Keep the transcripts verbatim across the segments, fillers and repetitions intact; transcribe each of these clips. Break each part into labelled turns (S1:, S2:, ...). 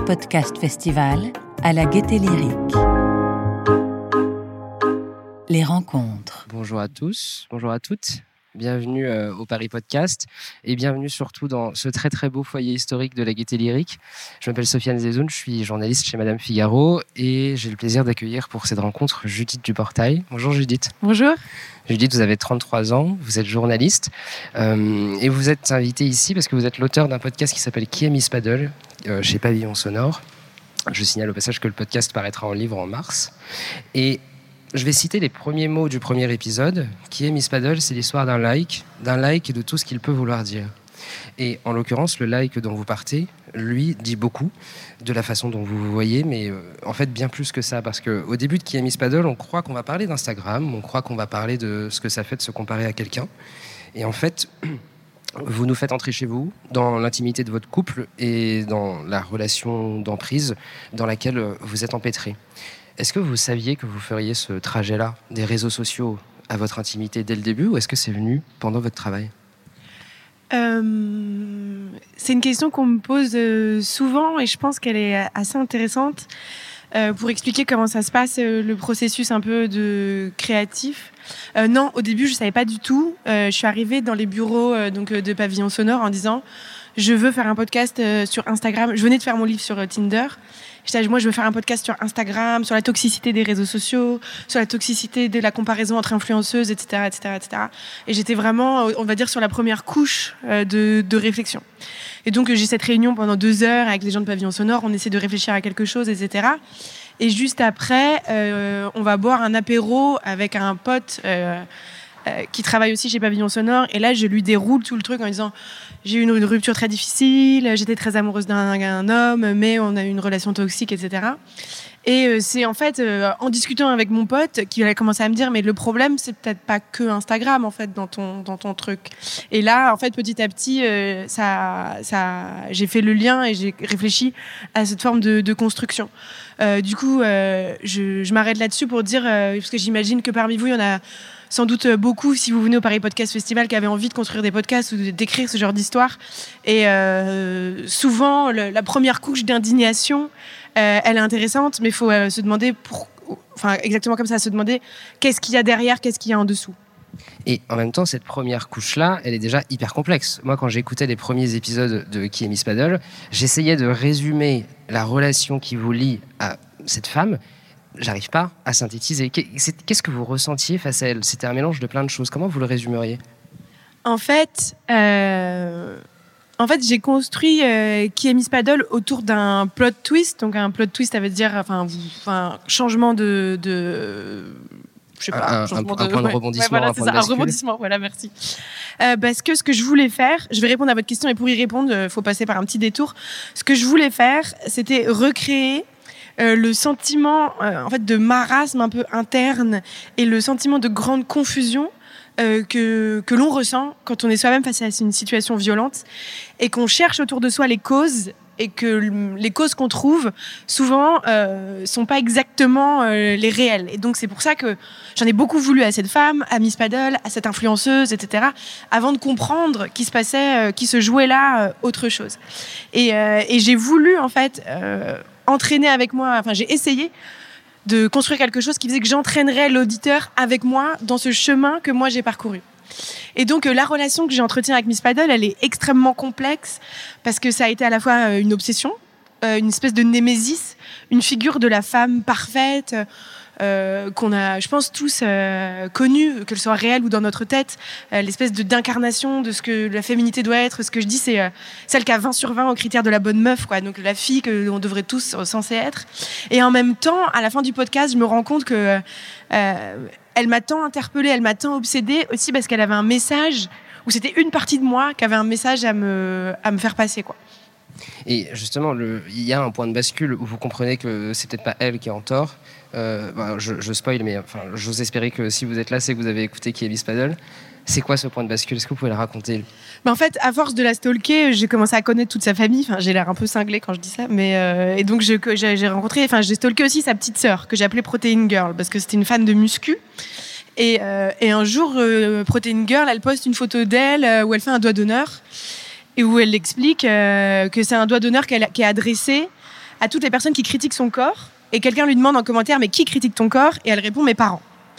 S1: Podcast Festival à la Gaîté Lyrique. Les rencontres.
S2: Bonjour à tous, bonjour à toutes. Bienvenue euh, au Paris Podcast et bienvenue surtout dans ce très très beau foyer historique de la Gaîté Lyrique. Je m'appelle Sofiane Zezoun, je suis journaliste chez Madame Figaro et j'ai le plaisir d'accueillir pour cette rencontre Judith Duportail. Bonjour Judith.
S3: Bonjour.
S2: Judith, vous avez trente-trois ans, vous êtes journaliste euh, et vous êtes invitée ici parce que vous êtes l'auteur d'un podcast qui s'appelle Qui est Miss Paddle euh, chez Pavillon Sonore. Je signale au passage que le podcast paraîtra en livre en mars. Et je vais citer les premiers mots du premier épisode. Qui est Miss Paddle, c'est l'histoire d'un like, d'un like et de tout ce qu'il peut vouloir dire. Et en l'occurrence, le like dont vous partez, lui, dit beaucoup de la façon dont vous vous voyez, mais euh, en fait bien plus que ça, parce qu'au début de Qui est Miss Paddle, on croit qu'on va parler d'Instagram, on croit qu'on va parler de ce que ça fait de se comparer à quelqu'un. Et en fait, vous nous faites entrer chez vous, dans l'intimité de votre couple et dans la relation d'emprise dans laquelle vous êtes empêtrés. Est-ce que vous saviez que vous feriez ce trajet-là des réseaux sociaux à votre intimité dès le début, ou est-ce que c'est venu pendant votre travail ?
S3: euh, C'est une question qu'on me pose euh, souvent et je pense qu'elle est assez intéressante euh, pour expliquer comment ça se passe, euh, le processus un peu de créatif. Euh, non, au début, je ne savais pas du tout. Euh, je suis arrivée dans les bureaux euh, donc, de Pavillon Sonore en disant « Je veux faire un podcast euh, sur Instagram ». Je venais de faire mon livre sur euh, Tinder. Je disais, moi, je veux faire un podcast sur Instagram, sur la toxicité des réseaux sociaux, sur la toxicité de la comparaison entre influenceuses, et cetera, et cetera, et cetera. Et j'étais vraiment, on va dire, sur la première couche euh, de, de réflexion. Et donc, j'ai cette réunion pendant deux heures avec les gens de Pavillon Sonore. On essaie de réfléchir à quelque chose, et cetera. Et juste après, euh, on va boire un apéro avec un pote euh, euh, qui travaille aussi chez Pavillon Sonore. Et là, je lui déroule tout le truc en disant... J'ai eu une, une rupture très difficile, j'étais très amoureuse d'un, d'un homme, mais on a eu une relation toxique, et cetera. Et euh, c'est en fait, euh, en discutant avec mon pote, qu'il a commencé à me dire, mais le problème, c'est peut-être pas que Instagram, en fait, dans ton, dans ton truc. Et là, en fait, petit à petit, euh, ça, ça, j'ai fait le lien et j'ai réfléchi à cette forme de, de construction. Euh, du coup, euh, je, je m'arrête là-dessus pour dire, euh, parce que j'imagine que parmi vous, il y en a sans doute beaucoup, si vous venez au Paris Podcast Festival, qui avaient envie de construire des podcasts ou d'écrire ce genre d'histoire. Et euh, souvent, le, la première couche d'indignation, euh, elle est intéressante, mais il faut euh, se demander, pour, enfin exactement comme ça, se demander qu'est-ce qu'il y a derrière, qu'est-ce qu'il y a en dessous.
S2: Et en même temps, cette première couche-là, elle est déjà hyper complexe. Moi, quand j'écoutais les premiers épisodes de Qui est Miss Paddle, j'essayais de résumer la relation qui vous lie à cette femme. J'arrive pas à synthétiser. Qu'est-ce que vous ressentiez face à elle ? C'était un mélange de plein de choses. Comment vous le résumeriez ?
S3: En fait, euh, en fait, j'ai construit euh, Qui est Miss Paddle autour d'un plot twist. Donc un plot twist, ça veut dire, enfin, enfin changement de, de, je sais pas,
S2: un,
S3: changement
S2: un,
S3: de,
S2: un point de
S3: ouais,
S2: rebondissement,
S3: ouais, voilà,
S2: un point
S3: c'est
S2: de
S3: ça,
S2: bascule.
S3: un rebondissement. Voilà, merci. Euh, parce que ce que je voulais faire, je vais répondre à votre question, et pour y répondre, il faut passer par un petit détour. Ce que je voulais faire, c'était recréer Euh, le sentiment euh, en fait de marasme un peu interne et le sentiment de grande confusion euh, que que l'on ressent quand on est soi-même face à une situation violente et qu'on cherche autour de soi les causes et que les causes qu'on trouve souvent euh, sont pas exactement euh, les réelles. Et donc c'est pour ça que j'en ai beaucoup voulu à cette femme, à Miss Paddle, à cette influenceuse, et cetera, avant de comprendre qu'il se passait, euh, qu'il se jouait là euh, autre chose. Et, euh, et j'ai voulu en fait euh, entraîner avec moi, enfin j'ai essayé de construire quelque chose qui faisait que j'entraînerais l'auditeur avec moi dans ce chemin que moi j'ai parcouru. Et donc euh, la relation que j'ai entretenue avec Miss Paddle, elle est extrêmement complexe parce que ça a été à la fois euh, une obsession, euh, une espèce de némésis, une figure de la femme parfaite euh, qu'on a, je pense, tous euh, connue, qu'elle soit réelle ou dans notre tête, euh, l'espèce de, d'incarnation de ce que la féminité doit être. Ce que je dis, c'est euh, celle qui a vingt sur vingt au critère de la bonne meuf, quoi. Donc la fille que on devrait tous euh, censés être. Et en même temps, à la fin du podcast, je me rends compte que euh, elle m'a tant interpellée, elle m'a tant obsédée aussi parce qu'elle avait un message, où c'était une partie de moi qui avait un message à me, à me faire passer, quoi.
S2: Et justement, le, il y a un point de bascule où vous comprenez que c'est peut-être pas elle qui est en tort. Euh, bah, je, je spoil, mais enfin, j'ose espérer que si vous êtes là, c'est que vous avez écouté Qui est Miss Paddle. C'est quoi ce point de bascule ? Est-ce que vous pouvez le raconter ?
S3: Bah en fait, à force de la stalker, j'ai commencé à connaître toute sa famille. Enfin, j'ai l'air un peu cinglée quand je dis ça, mais euh, et donc je, j'ai, j'ai rencontré, enfin, j'ai stalké aussi sa petite sœur que j'ai appelée Protein Girl parce que c'était une fan de muscu. Et, euh, et un jour, euh, Protein Girl, elle poste une photo d'elle euh, où elle fait un doigt d'honneur et où elle explique euh, que c'est un doigt d'honneur qu'elle, qui est adressé à toutes les personnes qui critiquent son corps. Et quelqu'un lui demande en commentaire, mais qui critique ton corps ? Et elle répond, mes parents.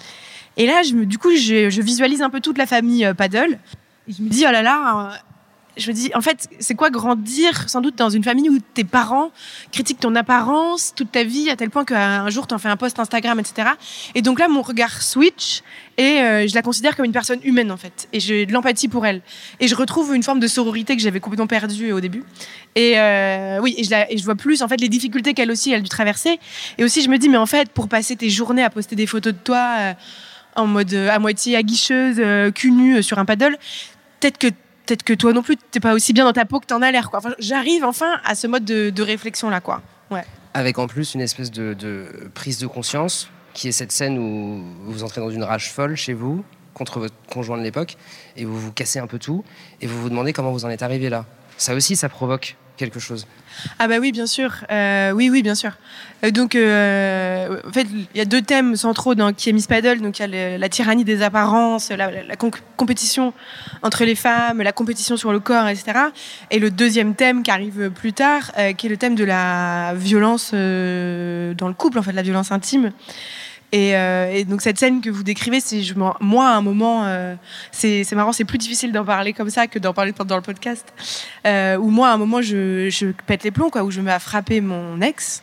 S3: Et là, je me, du coup, je, je visualise un peu toute la famille euh, Paddle. Et je me dis, oh là là, euh, je me dis, en fait, c'est quoi grandir sans doute dans une famille où tes parents critiquent ton apparence toute ta vie, à tel point qu'un jour, t'en fais un post Instagram, et cetera. Et donc là, mon regard switch et euh, je la considère comme une personne humaine, en fait. Et j'ai de l'empathie pour elle. Et je retrouve une forme de sororité que j'avais complètement perdue au début. Et euh, oui, et je, la, et je vois plus, en fait, les difficultés qu'elle aussi, elle a dû traverser. Et aussi, je me dis, mais en fait, pour passer tes journées à poster des photos de toi euh, en mode euh, à moitié aguicheuse, euh, cul nu euh, sur un paddle, peut-être que peut-être que toi non plus, t'es pas aussi bien dans ta peau que t'en as l'air, quoi. Enfin, j'arrive enfin à ce mode de, de réflexion-là, quoi. Ouais.
S2: Avec en plus une espèce de, de prise de conscience, qui est cette scène où vous entrez dans une rage folle chez vous, contre votre conjoint de l'époque, et vous vous cassez un peu tout, et vous vous demandez comment vous en êtes arrivé là. Ça aussi, ça provoque quelque chose.
S3: Ah bah oui, bien sûr. Euh, oui, oui, bien sûr. Euh, donc, euh, en fait, il y a deux thèmes centraux dans Qui est Miss Paddle. Donc, il y a le, la tyrannie des apparences, la, la, la con- compétition entre les femmes, la compétition sur le corps, et cetera. Et le deuxième thème qui arrive plus tard, euh, qui est le thème de la violence euh, dans le couple, en fait, la violence intime. Et, euh, et donc cette scène que vous décrivez, c'est je, moi à un moment, euh, c'est, c'est marrant, c'est plus difficile d'en parler comme ça que d'en parler dans le podcast. Euh, où moi à un moment je, je pète les plombs, quoi, où je me mets à frapper mon ex.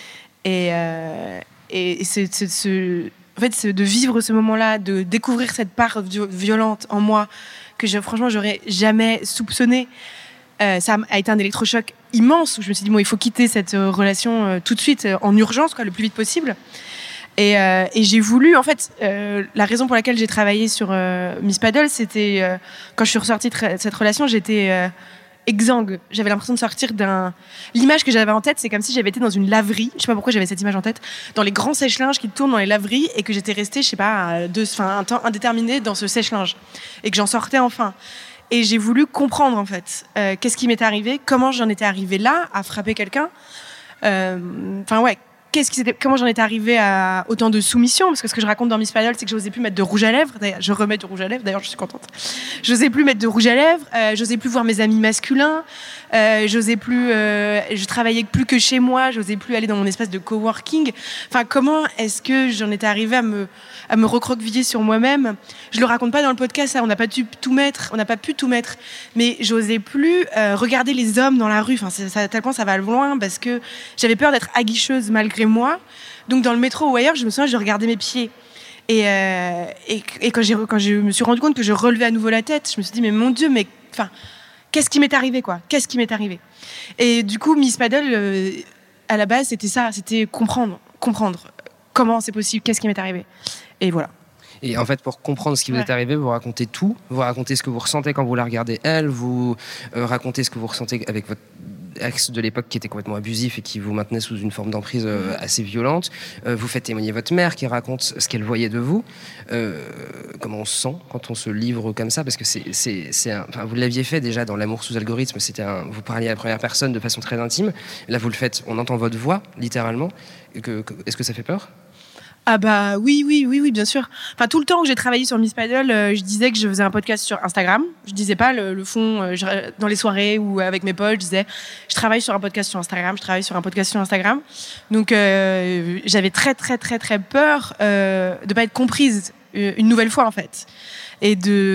S3: Et, euh, et, et c'est, c'est, c'est, en fait, c'est de vivre ce moment-là, de découvrir cette part violente en moi que je, franchement j'aurais jamais soupçonné. Euh, ça a été un électrochoc immense où je me suis dit bon, il faut quitter cette relation euh, tout de suite, euh, en urgence, quoi, le plus vite possible. Et, euh, et j'ai voulu, en fait, euh, la raison pour laquelle j'ai travaillé sur euh, Miss Paddle, c'était euh, quand je suis ressortie de cette relation, j'étais euh, exsangue. J'avais l'impression de sortir d'un. L'image que j'avais en tête, c'est comme si j'avais été dans une laverie. Je sais pas pourquoi j'avais cette image en tête, dans les grands sèche-linges qui tournent dans les laveries, et que j'étais restée, je sais pas, deux, enfin, un temps indéterminé dans ce sèche-linge, et que j'en sortais enfin. Et j'ai voulu comprendre, en fait, euh, qu'est-ce qui m'était arrivé, comment j'en étais arrivée là, à frapper quelqu'un. Enfin, euh, ouais. Qu'est-ce qui comment j'en étais arrivée à autant de soumission, parce que ce que je raconte dans Miss Paddle, c'est que j'osais plus mettre de rouge à lèvres. D'ailleurs, je remets du rouge à lèvres, d'ailleurs je suis contente. J'osais plus mettre de rouge à lèvres, euh, j'osais plus voir mes amis masculins, euh, j'osais plus, euh, je travaillais plus que chez moi, j'osais plus aller dans mon espace de coworking. Enfin, comment est-ce que j'en étais arrivée à me, à me recroqueviller sur moi-même ? Je le raconte pas dans le podcast, ça, on n'a pas pu tout mettre, on n'a pas pu tout mettre, mais j'osais plus euh, regarder les hommes dans la rue. Enfin, c'est, ça, à tel point ça va loin, parce que j'avais peur d'être aguicheuse malgré moi. Donc dans le métro ou ailleurs, je me souviens, je regardais mes pieds. Et, euh, et, et quand, j'ai, quand je me suis rendu compte que je relevais à nouveau la tête, je me suis dit, mais mon Dieu, mais enfin, qu'est-ce qui m'est arrivé, quoi ? Qu'est-ce qui m'est arrivé ? Et du coup, Miss Paddle, euh, à la base, c'était ça, c'était comprendre, comprendre comment c'est possible, qu'est-ce qui m'est arrivé. Et voilà.
S2: Et en fait, pour comprendre ce qui vous
S3: ouais.
S2: est arrivé, vous racontez tout. Vous racontez ce que vous ressentez quand vous la regardez elle. Vous euh, racontez ce que vous ressentez avec votre ex de l'époque qui était complètement abusif et qui vous maintenait sous une forme d'emprise euh, assez violente. Euh, vous faites témoigner votre mère qui raconte ce qu'elle voyait de vous. Euh, comment on se sent quand on se livre comme ça ? Parce que c'est, c'est, c'est un, enfin, vous l'aviez fait déjà dans L'amour sous algorithme. C'était un, vous parliez à la première personne de façon très intime. Là, vous le faites, on entend votre voix, littéralement. Que, que, est-ce que ça fait peur ?
S3: Ah bah oui, oui, oui, oui, bien sûr. Enfin, tout le temps que j'ai travaillé sur Miss Paddle, euh, je disais que je faisais un podcast sur Instagram. Je disais pas le, le fond, euh, je, dans les soirées ou avec mes potes, je disais, je travaille sur un podcast sur Instagram, je travaille sur un podcast sur Instagram. Donc, euh, j'avais très, très, très, très peur euh, de pas être comprise euh, une nouvelle fois, en fait. Et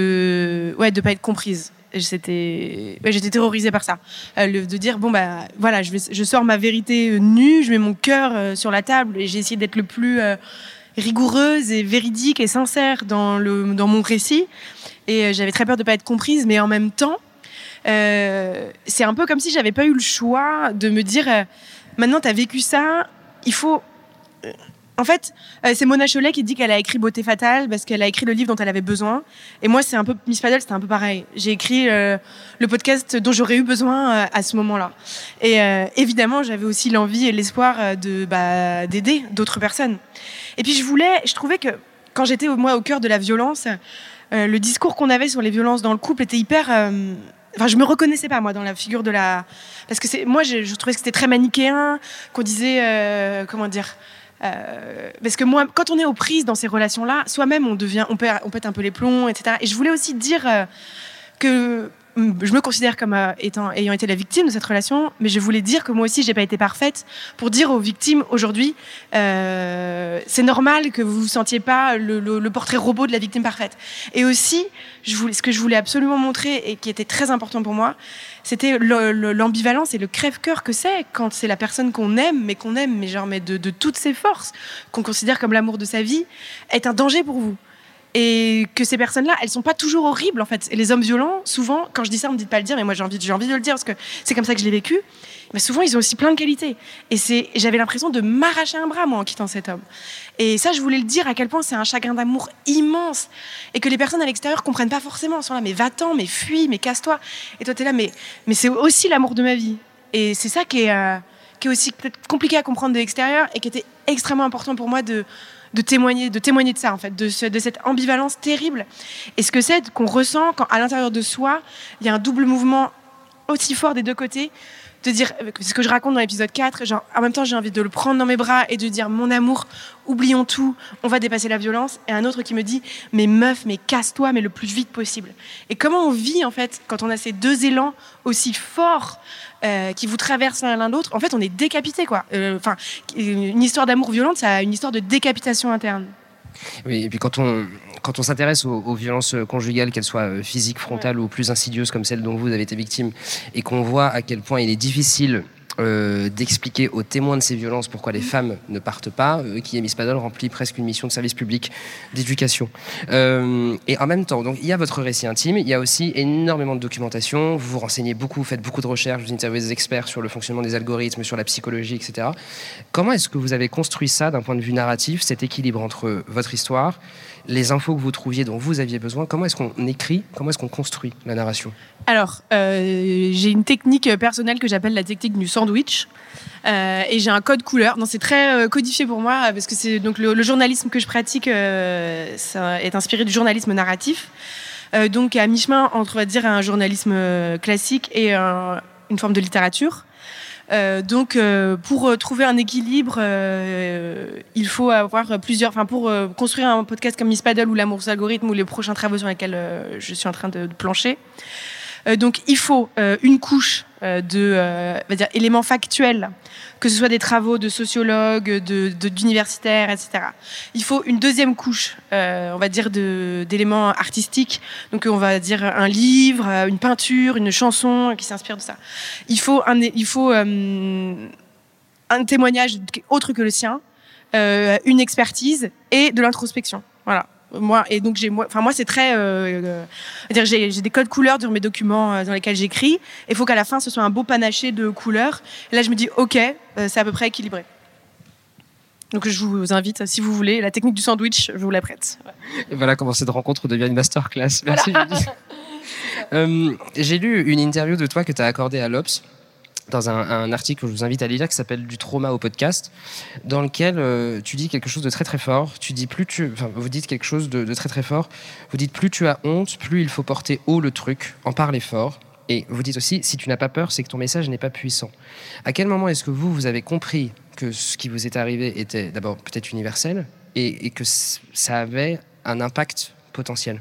S3: de, ouais, de pas être comprise. C'était... Ouais, j'étais terrorisée par ça. Euh, le, de dire, bon, bah, voilà, je, vais, je sors ma vérité nue, je mets mon cœur euh, sur la table et j'ai essayé d'être le plus euh, rigoureuse et véridique et sincère dans, le, dans mon récit. Et euh, j'avais très peur de ne pas être comprise, mais en même temps, euh, c'est un peu comme si j'avais pas eu le choix de me dire, euh, maintenant, tu as vécu ça, il faut... Euh, En fait, euh, c'est Mona Chollet qui dit qu'elle a écrit Beauté fatale parce qu'elle a écrit le livre dont elle avait besoin. Et moi, c'est un peu Miss Paddle, c'était un peu pareil. J'ai écrit euh, le podcast dont j'aurais eu besoin euh, à ce moment-là. Et euh, évidemment, j'avais aussi l'envie et l'espoir de bah, d'aider d'autres personnes. Et puis, je voulais, je trouvais que quand j'étais moi au cœur de la violence, euh, le discours qu'on avait sur les violences dans le couple était hyper. Euh, Enfin, je me reconnaissais pas moi dans la figure de la. Parce que c'est moi, je, je trouvais que c'était très manichéen, qu'on disait euh, comment dire. Euh, parce que moi, quand on est aux prises dans ces relations-là, soi-même, on devient, on pète, on pète un peu les plombs, et cetera. Et je voulais aussi dire euh, que je me considère comme euh, étant, ayant été la victime de cette relation, mais je voulais dire que moi aussi, j'ai pas été parfaite, pour dire aux victimes aujourd'hui, euh, c'est normal que vous vous sentiez pas le, le, le portrait robot de la victime parfaite. Et aussi, je voulais, ce que je voulais absolument montrer et qui était très important pour moi, c'était le, le, l'ambivalence et le crève-cœur que c'est quand c'est la personne qu'on aime, mais qu'on aime, mais genre mais de, de toutes ses forces, qu'on considère comme l'amour de sa vie, est un danger pour vous. Et que ces personnes-là, elles sont pas toujours horribles, en fait. Et les hommes violents, souvent, quand je dis ça, on me dit de pas le dire, mais moi j'ai envie, j'ai envie de le dire parce que c'est comme ça que je l'ai vécu. Mais souvent, ils ont aussi plein de qualités. Et c'est, j'avais l'impression de m'arracher un bras, moi, en quittant cet homme. Et ça, je voulais le dire à quel point c'est un chagrin d'amour immense. Et que les personnes à l'extérieur comprennent pas forcément. Elles sont là, mais va-t'en, mais fuis, mais casse-toi. Et toi, t'es là, mais, mais c'est aussi l'amour de ma vie. Et c'est ça qui est, euh, qui est aussi peut-être compliqué à comprendre de l'extérieur et qui était extrêmement important pour moi de, de témoigner, de témoigner de ça, en fait, de, ce, de cette ambivalence terrible. Et ce que c'est qu'on ressent quand, à l'intérieur de soi, il y a un double mouvement aussi fort des deux côtés, de dire, c'est ce que je raconte dans l'épisode quatre, genre, en même temps, j'ai envie de le prendre dans mes bras et de dire, mon amour, oublions tout, on va dépasser la violence. Et un autre qui me dit, mais meuf, mais casse-toi, mais le plus vite possible. Et comment on vit, en fait, quand on a ces deux élans aussi forts euh, qui vous traversent l'un l'un l'autre, en fait, on est décapité, quoi. Enfin, euh, une histoire d'amour violente, ça a une histoire de décapitation interne.
S2: Oui, et puis quand on, quand on s'intéresse aux, aux violences conjugales, qu'elles soient physiques, frontales ouais. ou plus insidieuses comme celle dont vous avez été victime, et qu'on voit à quel point il est difficile euh, d'expliquer aux témoins de ces violences pourquoi les femmes ne partent pas, euh, Qui Aime Ispadol remplit presque une mission de service public d'éducation. Euh, et en même temps, donc, il y a votre récit intime, il y a aussi énormément de documentation, vous vous renseignez beaucoup, vous faites beaucoup de recherches, vous interviewez des experts sur le fonctionnement des algorithmes, sur la psychologie, et cetera. Comment est-ce que vous avez construit ça d'un point de vue narratif, cet équilibre entre votre histoire, les infos que vous trouviez dont vous aviez besoin? Comment est-ce qu'on écrit, comment est-ce qu'on construit la narration?
S3: Alors, euh, j'ai une technique personnelle que j'appelle la technique du sandwich. Euh, et j'ai un code couleur. Non, c'est très euh, codifié pour moi parce que c'est donc le, le journalisme que je pratique euh, ça est inspiré du journalisme narratif. Euh, donc à mi-chemin entre, on va dire, un journalisme classique et un, une forme de littérature. Euh, donc, euh, pour trouver un équilibre, euh, il faut avoir plusieurs. Enfin, pour euh, construire un podcast comme Ispadol ou l'amour sous algorithme ou les prochains travaux sur lesquels euh, je suis en train de, de plancher. Euh, donc, il faut euh, une couche euh, de, euh, on va dire, éléments factuels, que ce soit des travaux de sociologues, de, de, d'universitaires, et cetera. Il faut une deuxième couche, euh, on va dire, de, d'éléments artistiques. Donc, on va dire un livre, une peinture, une chanson qui s'inspire de ça. Il faut un, il faut euh, un témoignage autre que le sien, euh, une expertise et de l'introspection. Voilà. Moi et donc j'ai moi enfin moi c'est très euh, euh, dire j'ai j'ai des codes couleurs dans mes documents euh, dans lesquels j'écris. Il faut qu'à la fin ce soit un beau panaché de couleurs. Et là je me dis ok, euh, c'est à peu près équilibré. Donc je vous invite, si vous voulez, la technique du sandwich, je vous la prête. Ouais.
S2: Et voilà comment cette rencontre devient une masterclass. Merci voilà. Julie. euh, j'ai lu une interview de toi que tu as accordée à l'Obs, dans un, un article que je vous invite à lire qui s'appelle Du trauma au podcast, dans lequel euh, tu dis quelque chose de très très fort. Tu dis plus tu, enfin, vous dites quelque chose de, de très très fort. Vous dites plus tu as honte, plus il faut porter haut le truc, en parler fort. Et vous dites aussi, si tu n'as pas peur, c'est que ton message n'est pas puissant. À quel moment est-ce que vous, vous avez compris que ce qui vous est arrivé était d'abord peut-être universel et, et que ça avait un impact potentiel?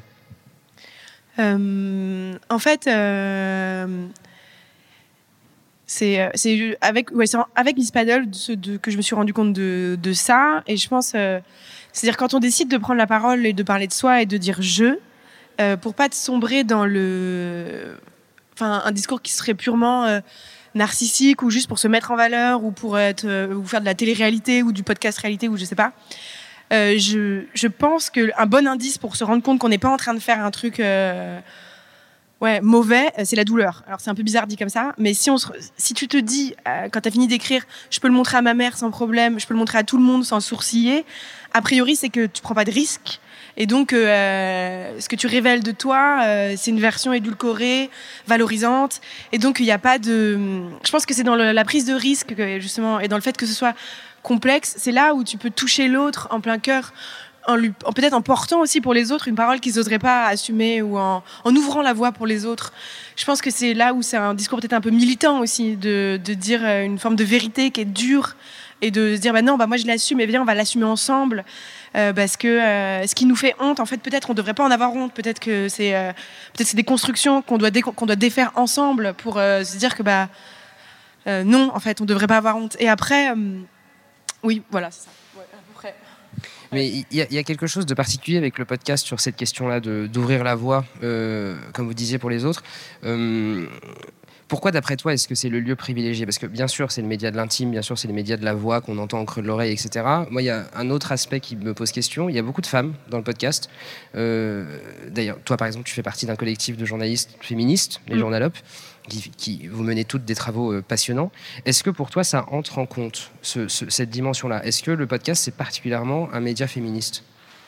S3: euh, En fait... Euh... C'est, c'est avec, ouais, c'est avec Ispadol de, de, que je me suis rendu compte de, de ça. Et je pense, euh, c'est-à-dire quand on décide de prendre la parole et de parler de soi et de dire je, euh, pour pas te sombrer dans le, enfin, un discours qui serait purement euh, narcissique ou juste pour se mettre en valeur ou pour être, euh, ou faire de la télé-réalité ou du podcast réalité ou je sais pas. Euh, je, je pense qu'un bon indice pour se rendre compte qu'on n'est pas en train de faire un truc euh, Ouais, mauvais, c'est la douleur. Alors c'est un peu bizarre dit comme ça, mais si on se, si tu te dis euh, quand t'as fini d'écrire, je peux le montrer à ma mère sans problème, je peux le montrer à tout le monde sans sourciller, a priori c'est que tu prends pas de risque et donc euh, ce que tu révèles de toi, euh, c'est une version édulcorée, valorisante, et donc il y a pas de. Je pense que c'est dans le, la prise de risque justement et dans le fait que ce soit complexe, c'est là où tu peux toucher l'autre en plein cœur. En lui, en, peut-être en portant aussi pour les autres une parole qu'ils n'oseraient pas assumer ou en, en ouvrant la voie pour les autres. Je pense que c'est là où c'est un discours peut-être un peu militant aussi, de, de dire une forme de vérité qui est dure et de se dire bah non, bah moi je l'assume, et viens, on va l'assumer ensemble. Euh, parce que euh, ce qui nous fait honte, en fait, peut-être on devrait pas en avoir honte. Peut-être que c'est, euh, peut-être c'est des constructions qu'on doit, dé- qu'on doit défaire ensemble pour euh, se dire que bah euh, non, en fait, on devrait pas avoir honte. Et après, euh, oui, voilà, c'est ça. Ouais, à peu près.
S2: Mais il y, y a quelque chose de particulier avec le podcast sur cette question-là de, d'ouvrir la voie, euh, comme vous disiez pour les autres. Euh, Pourquoi, d'après toi, est-ce que c'est le lieu privilégié ? Parce que bien sûr, c'est le média de l'intime, bien sûr, c'est le média de la voix qu'on entend au creux de l'oreille, et cetera. Moi, il y a un autre aspect qui me pose question. Il y a beaucoup de femmes dans le podcast. Euh, d'ailleurs, toi, par exemple, tu fais partie d'un collectif de journalistes féministes, les mmh. Journalopes, qui, qui vous menez toutes des travaux euh, passionnants. Est-ce que pour toi, ça entre en compte, ce, ce, cette dimension-là ? Est-ce que le podcast, c'est particulièrement un média féministe ?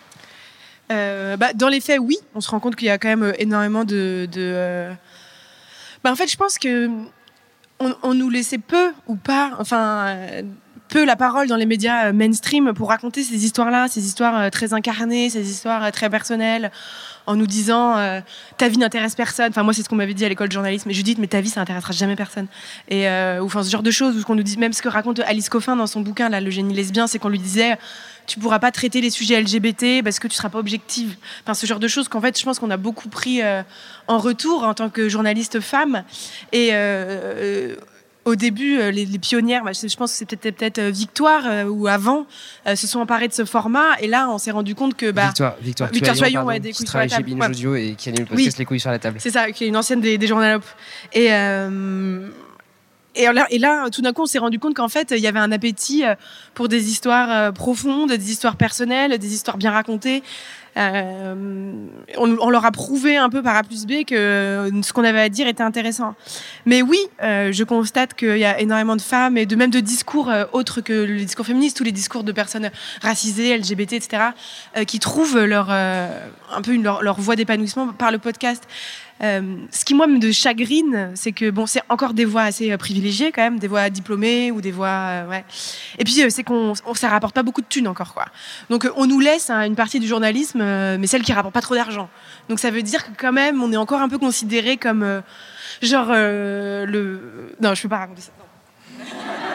S3: euh, bah, Dans les faits, oui. On se rend compte qu'il y a quand même énormément de... de euh... Bah, en fait, je pense que on, on nous laissait peu ou pas, enfin euh, peu la parole dans les médias mainstream pour raconter ces histoires-là, ces histoires euh, très incarnées, ces histoires euh, très personnelles, en nous disant euh, ta vie n'intéresse personne. Enfin moi c'est ce qu'on m'avait dit à l'école de journalisme. Mais Judith, mais ta vie ça n'intéressera jamais personne. Et euh, ou enfin ce genre de choses, ou ce qu'on nous dit, même ce que raconte Alice Coffin dans son bouquin là, Le génie lesbien, c'est qu'on lui disait tu pourras pas traiter les sujets L G B T parce que tu seras pas objective. Enfin, ce genre de choses qu'en fait, je pense qu'on a beaucoup pris euh, en retour en tant que journaliste femme. Et euh, au début, les, les pionnières, bah, je pense que c'est peut-être, peut-être Victoire euh, ou avant, euh, se sont emparées de ce format. Et là, on s'est rendu compte que... Bah,
S2: Victoire, Victoire,
S3: Victoire
S2: Tuaillon,
S3: Tuaillon, ouais, des
S2: qui
S3: couilles sur la
S2: travaille
S3: table.
S2: chez Binge Audio et qui anime le podcast oui. Les couilles sur la table.
S3: C'est ça, qui est une ancienne des, des Journalopes. Et... Euh, Et là, et là, tout d'un coup, on s'est rendu compte qu'en fait, il y avait un appétit pour des histoires profondes, des histoires personnelles, des histoires bien racontées. Euh, on, on leur a prouvé un peu par A plus B que ce qu'on avait à dire était intéressant. Mais oui, euh, je constate qu'il y a énormément de femmes et de même de discours euh, autres que le discours féministe, tous les discours de personnes racisées, L G B T, et cetera, euh, qui trouvent leur, euh, un peu une, leur, leur voie d'épanouissement par le podcast. Euh, ce qui moi me chagrine, c'est que bon, c'est encore des voix assez euh, privilégiées quand même, des voix diplômées ou des voix, euh, ouais. Et puis euh, c'est qu'on, on, ça rapporte pas beaucoup de thunes encore quoi. Donc euh, on nous laisse hein, une partie du journalisme, euh, mais celle qui rapporte pas trop d'argent. Donc ça veut dire que quand même, on est encore un peu considéré comme euh, genre euh, le. Non, je peux pas raconter ça. Non.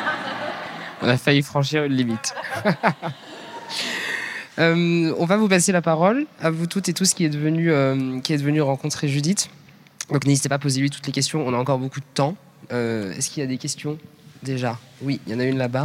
S2: On a failli franchir une limite. Euh, on va vous passer la parole à vous toutes et tous qui est devenu euh, qui est devenu rencontrer Judith. Donc n'hésitez pas à poser lui toutes les questions. On a encore beaucoup de temps. Euh, est-ce qu'il y a des questions déjà ? Oui, il y en a une là-bas.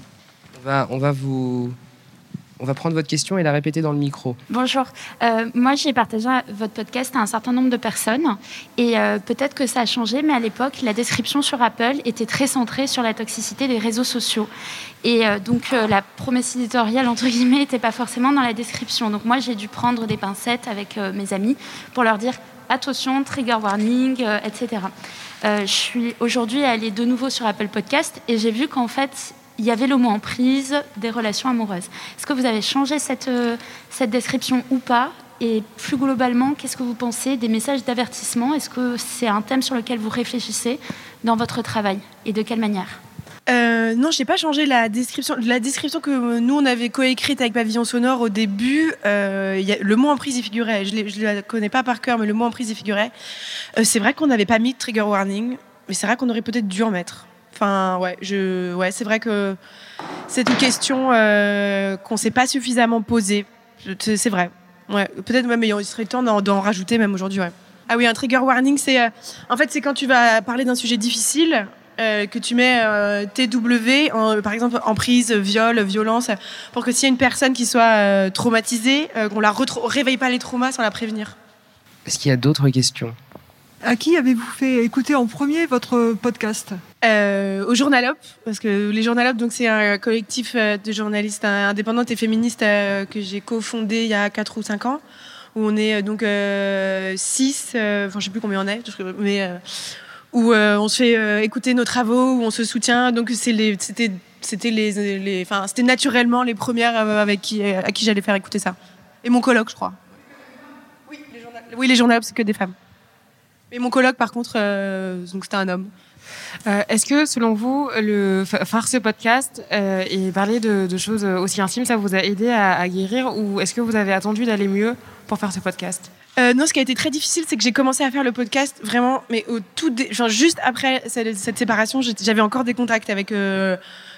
S2: On va on va vous on va prendre votre question et la répéter dans le micro.
S4: Bonjour. Euh, moi, j'ai partagé votre podcast à un certain nombre de personnes et euh, peut-être que ça a changé, mais à l'époque, la description sur Apple était très centrée sur la toxicité des réseaux sociaux. Et euh, donc, euh, la promesse éditoriale, entre guillemets, n'était pas forcément dans la description. Donc, moi, j'ai dû prendre des pincettes avec euh, mes amis pour leur dire attention, trigger warning, euh, et cetera. Euh, je suis aujourd'hui allée de nouveau sur Apple Podcast et j'ai vu qu'en fait, il y avait le mot emprise des relations amoureuses. Est-ce que vous avez changé cette, euh, cette description ou pas ? Et plus globalement, qu'est-ce que vous pensez des messages d'avertissement ? Est-ce que c'est un thème sur lequel vous réfléchissez dans votre travail ? Et de quelle manière ?
S3: Euh, non, j'ai pas changé la description. La description que nous on avait coécrite avec Pavillon Sonore au début, euh, y a, le mot emprise y figurait. Je ne la connais pas par cœur, mais le mot emprise y figurait. Euh, c'est vrai qu'on n'avait pas mis de trigger warning, mais c'est vrai qu'on aurait peut-être dû en mettre. Enfin, ouais, je, ouais, c'est vrai que c'est une question euh, qu'on ne s'est pas suffisamment posée. C'est, c'est vrai. Ouais, peut-être même il serait temps d'en, d'en rajouter même aujourd'hui. Ouais. Ah oui, un trigger warning, c'est euh, en fait c'est quand tu vas parler d'un sujet difficile. Euh, que tu mets euh, T W, en, par exemple emprise, viol, violence, pour que s'il y a une personne qui soit euh, traumatisée, euh, qu'on la retro- réveille pas les traumas sans la prévenir.
S2: Est-ce qu'il y a d'autres questions ?
S5: À qui avez-vous fait écouter en premier votre podcast ?
S3: euh, Aux Journalopes, parce que les Journalopes, donc c'est un collectif de journalistes indépendantes et féministes euh, que j'ai cofondé il y a quatre ou cinq ans, où on est donc euh, six, euh, enfin je sais plus combien on est, mais euh, où euh, on se fait euh, écouter nos travaux, où on se soutient. Donc c'est les, c'était, c'était les, les, enfin c'était naturellement les premières avec qui, à qui j'allais faire écouter ça. Et mon coloc, je crois. Oui, les Journalopes, oui, les Journalopes, c'est que des femmes. Et mon coloc, par contre, euh, donc c'était un homme.
S6: Euh, est-ce que, selon vous, le, faire ce podcast euh, et parler de, de choses aussi intimes, ça vous a aidé à, à guérir, ou est-ce que vous avez attendu d'aller mieux pour faire ce podcast ?
S3: Euh, non, ce qui a été très difficile, c'est que j'ai commencé à faire le podcast vraiment, mais au tout, dé... enfin, juste après cette, cette séparation, j'avais encore des contacts avec euh,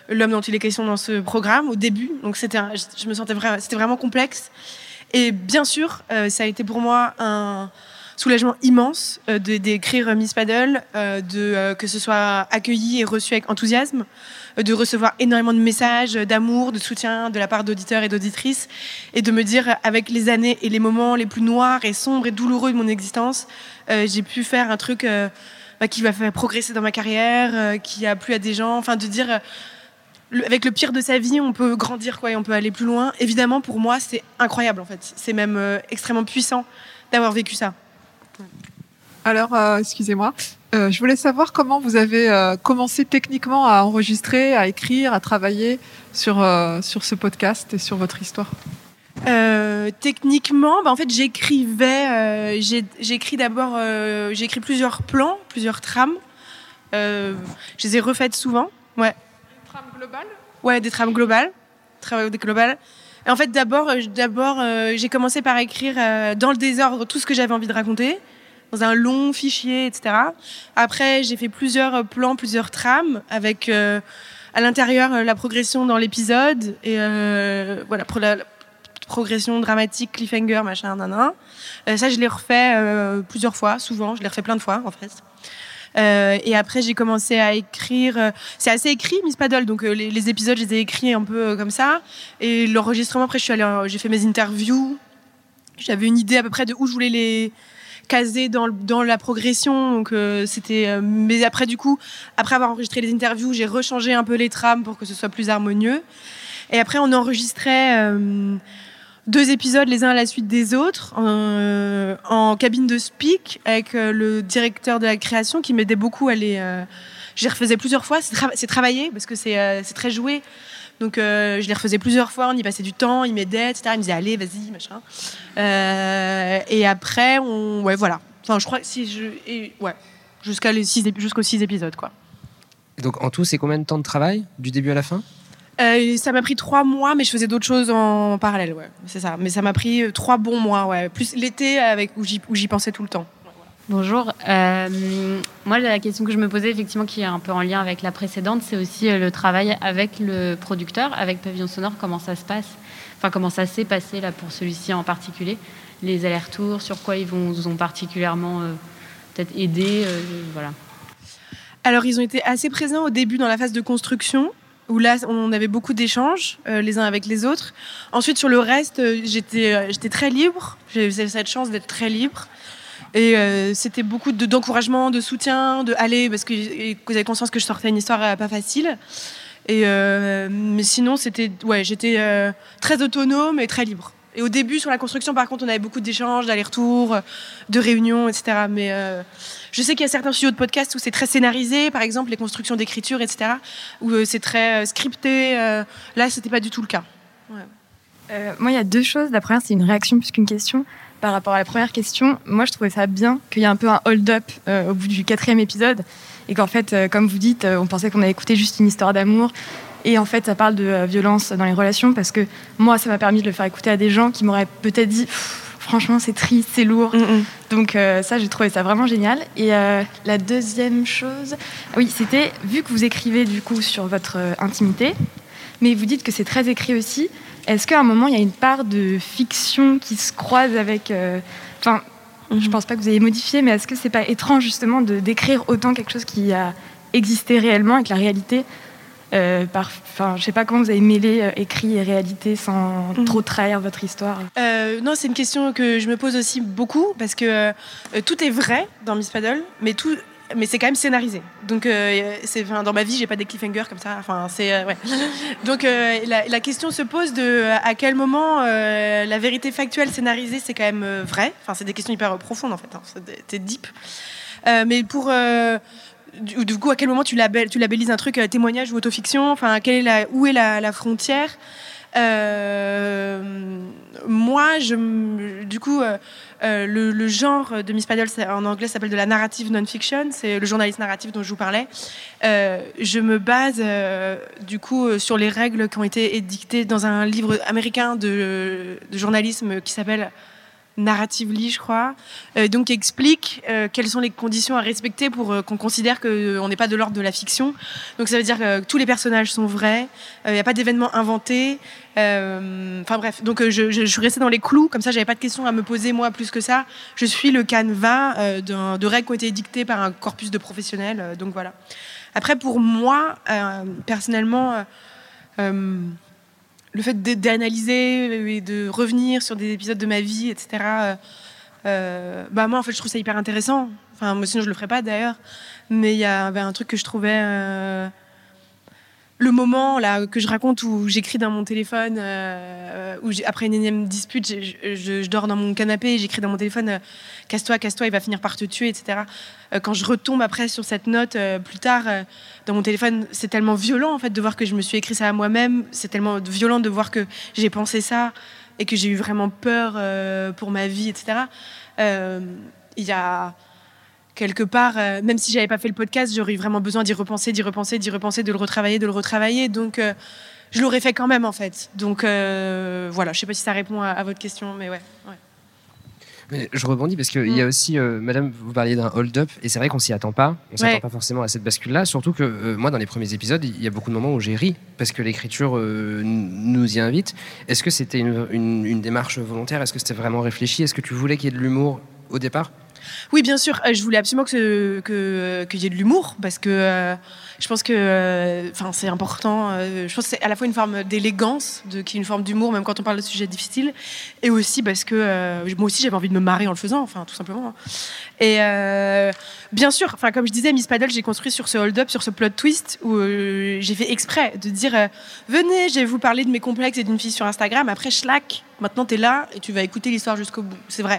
S3: l'homme dont il est question dans ce programme au début. Donc c'était, un, je, je me sentais vraiment, c'était vraiment complexe. Et bien sûr, euh, ça a été pour moi un soulagement immense euh, de, d'écrire Miss Paddle, euh, de, euh, que ce soit accueilli et reçu avec enthousiasme, euh, de recevoir énormément de messages d'amour, de soutien de la part d'auditeurs et d'auditrices, et de me dire, avec les années et les moments les plus noirs et sombres et douloureux de mon existence, euh, j'ai pu faire un truc euh, bah, qui va faire progresser dans ma carrière, euh, qui a plu à des gens, enfin de dire... Euh, le, avec le pire de sa vie, on peut grandir, quoi, et on peut aller plus loin. Évidemment, pour moi, c'est incroyable, en fait. C'est même euh, extrêmement puissant d'avoir vécu ça.
S5: Alors, euh, excusez-moi, euh, je voulais savoir comment vous avez euh, commencé techniquement à enregistrer, à écrire, à travailler sur, euh, sur ce podcast et sur votre histoire.
S3: Euh, techniquement, bah, en fait, j'écrivais, euh, j'ai, j'écris d'abord, euh, j'ai écrit plusieurs plans, plusieurs trames. Euh, je les ai refaites souvent, ouais.
S5: Une trame globale ?
S3: Ouais, des trames globales, travail globales. Et en fait, d'abord, euh, d'abord euh, j'ai commencé par écrire euh, dans le désordre tout ce que j'avais envie de raconter, dans un long fichier, et cetera. Après, j'ai fait plusieurs plans, plusieurs trames, avec euh, à l'intérieur euh, la progression dans l'épisode, et euh, voilà, pour la, la progression dramatique, cliffhanger, machin, nan, euh, ça, je l'ai refait euh, plusieurs fois, souvent, je l'ai refait plein de fois, en fait. Euh, et après, j'ai commencé à écrire. Euh, c'est assez écrit, Miss Paddle, donc euh, les, les épisodes, je les ai écrits un peu euh, comme ça. Et l'enregistrement, après, je suis allée, euh, j'ai fait mes interviews. J'avais une idée à peu près de où je voulais les caser dans, dans la progression. Donc, euh, c'était. Euh, mais après, du coup, après avoir enregistré les interviews, j'ai rechangé un peu les trames pour que ce soit plus harmonieux. Et après, on enregistrait. Euh, Deux épisodes les uns à la suite des autres euh, en cabine de speak avec euh, le directeur de la création qui m'aidait beaucoup à les. Euh, je les refaisais plusieurs fois. C'est, tra- c'est travaillé parce que c'est, euh, c'est très joué. Donc euh, je les refaisais plusieurs fois. On y passait du temps. Il m'aidait, et cetera. Il me disait allez, vas-y, machin. Euh, et après, on, ouais, voilà. Enfin, je crois que si je, et, ouais, jusqu'à les six, jusqu'aux six épisodes, quoi.
S2: Et donc en tout, c'est combien de temps de travail du début à la fin ?
S3: Euh, ça m'a pris trois mois, mais je faisais d'autres choses en parallèle, ouais. C'est ça. Mais ça m'a pris trois bons mois, ouais. Plus l'été avec où j'y, où j'y pensais tout le temps.
S4: Bonjour. Euh, moi, la question que je me posais, effectivement, qui est un peu en lien avec la précédente, c'est aussi le travail avec le producteur, avec Pavillon Sonore. Comment ça se passe ? Enfin, comment ça s'est passé là pour celui-ci en particulier ? Les allers-retours, sur quoi ils vont, vous ont particulièrement euh, peut-être aidé, euh, voilà.
S3: Alors, ils ont été assez présents au début dans la phase de construction, où là, on avait beaucoup d'échanges, euh, les uns avec les autres. Ensuite, sur le reste, euh, j'étais, euh, j'étais très libre. J'ai eu cette chance d'être très libre. Et euh, c'était beaucoup de, d'encouragement, de soutien, de aller, parce que vous avez conscience que je sortais une histoire euh, pas facile. Et, euh, mais sinon, c'était, ouais, j'étais euh, très autonome et très libre. Et au début, sur la construction, par contre, on avait beaucoup d'échanges, d'allers-retours, de réunions, et cetera. Mais euh, je sais qu'il y a certains studios de podcast où c'est très scénarisé, par exemple, les constructions d'écriture, et cetera, où euh, c'est très euh, scripté. Euh, là, c'était pas du tout le cas. Ouais.
S7: Euh, moi, il y a deux choses. La première, c'est une réaction plus qu'une question. Par rapport à la première question, moi, je trouvais ça bien qu'il y ait un peu un hold-up euh, au bout du quatrième épisode. Et qu'en fait, euh, comme vous dites, euh, on pensait qu'on avait écouté juste une histoire d'amour. Et en fait, ça parle de euh, violence dans les relations parce que moi, ça m'a permis de le faire écouter à des gens qui m'auraient peut-être dit « franchement, c'est triste, c'est lourd mm-hmm. ». Donc euh, ça, j'ai trouvé ça vraiment génial. Et euh, la deuxième chose, oui, c'était, vu que vous écrivez du coup sur votre euh, intimité, mais vous dites que c'est très écrit aussi, est-ce qu'à un moment, il y a une part de fiction qui se croise avec... Enfin, euh, mm-hmm. je pense pas que vous ayez modifié, mais est-ce que c'est pas étrange justement de d'écrire autant quelque chose qui a existé réellement avec la réalité Euh, par, enfin, je sais pas comment vous avez mêlé euh, écrit et réalité sans mmh. trop trahir votre histoire.
S3: Euh, non, c'est une question que je me pose aussi beaucoup parce que euh, tout est vrai dans Miss Paddle, mais tout, mais c'est quand même scénarisé. Donc, euh, c'est, enfin, dans ma vie, j'ai pas des cliffhangers comme ça. Enfin, c'est euh, ouais. Donc, euh, la, la question se pose de à quel moment euh, la vérité factuelle scénarisée c'est quand même euh, vrai. Enfin, c'est des questions hyper profondes en fait. Hein. C'est, c'est deep. Euh, mais pour euh, Du, du coup, à quel moment tu, label, tu labellises un truc euh, témoignage ou autofiction ? Enfin, quelle est la, où est la, la frontière ? euh, Moi, je, du coup, euh, euh, le, le genre de Miss Paddle, en anglais, ça s'appelle de la narrative non-fiction. C'est le journalisme narratif dont je vous parlais. Euh, je me base, euh, du coup, sur les règles qui ont été édictées dans un livre américain de, de journalisme qui s'appelle Narratively, je crois, euh, donc qui explique euh, quelles sont les conditions à respecter pour euh, qu'on considère qu'on n'est pas de l'ordre de la fiction. Donc ça veut dire que tous les personnages sont vrais, il euh, n'y a pas d'événements inventés. Enfin euh, bref, donc euh, je, je, je suis restée dans les clous, comme ça j'avais pas de questions à me poser moi plus que ça. Je suis le canevas euh, d'un, de règles qui ont été dictées par un corpus de professionnels, euh, donc voilà. Après pour moi, euh, personnellement, euh, euh, le fait d'analyser et de revenir sur des épisodes de ma vie, et cetera, euh, euh, bah moi, en fait, je trouve ça hyper intéressant. Enfin, moi, sinon, je le ferais pas, d'ailleurs. Mais il y avait un truc que je trouvais... Euh, le moment là, que je raconte où j'écris dans mon téléphone, euh, où après une énième dispute, je, je, je dors dans mon canapé et j'écris dans mon téléphone euh, « Casse-toi, casse-toi, il va finir par te tuer », et cetera. Euh, quand je retombe après sur cette note, euh, plus tard, euh, dans mon téléphone, c'est tellement violent en fait, de voir que je me suis écrit ça à moi-même. C'est tellement violent de voir que j'ai pensé ça et que j'ai eu vraiment peur euh, pour ma vie, et cetera. Euh, il y a... quelque part, euh, même si j'avais pas fait le podcast, j'aurais eu vraiment besoin d'y repenser, d'y repenser, d'y repenser, de le retravailler, de le retravailler. Donc, euh, je l'aurais fait quand même, en fait. Donc, euh, voilà. Je sais pas si ça répond à, à votre question, mais ouais. ouais.
S2: Mais je rebondis parce qu'il mm. y a aussi, euh, madame, vous parliez d'un hold-up, et c'est vrai qu'on s'y attend pas. On s'attend ouais. pas forcément à cette bascule-là. Surtout que euh, moi, dans les premiers épisodes, il y a beaucoup de moments où j'ai ri parce que l'écriture euh, nous y invite. Est-ce que c'était une, une, une démarche volontaire? Est-ce que c'était vraiment réfléchi? Est-ce que tu voulais qu'il y ait de l'humour au départ?
S3: Oui, bien sûr. Je voulais absolument que, que, qu'il y ait de l'humour parce que euh, je pense que euh, c'est important. Euh, je pense que c'est à la fois une forme d'élégance, de, qui est une forme d'humour, même quand on parle de sujets difficiles, et aussi parce que euh, moi aussi j'avais envie de me marrer en le faisant, enfin, tout simplement. Et euh, bien sûr, comme je disais, Miss Paddle, j'ai construit sur ce hold-up, sur ce plot twist où euh, j'ai fait exprès de dire euh, venez, je vais vous parler de mes complexes et d'une fille sur Instagram. Après, schlack, maintenant t'es là et tu vas écouter l'histoire jusqu'au bout. C'est vrai.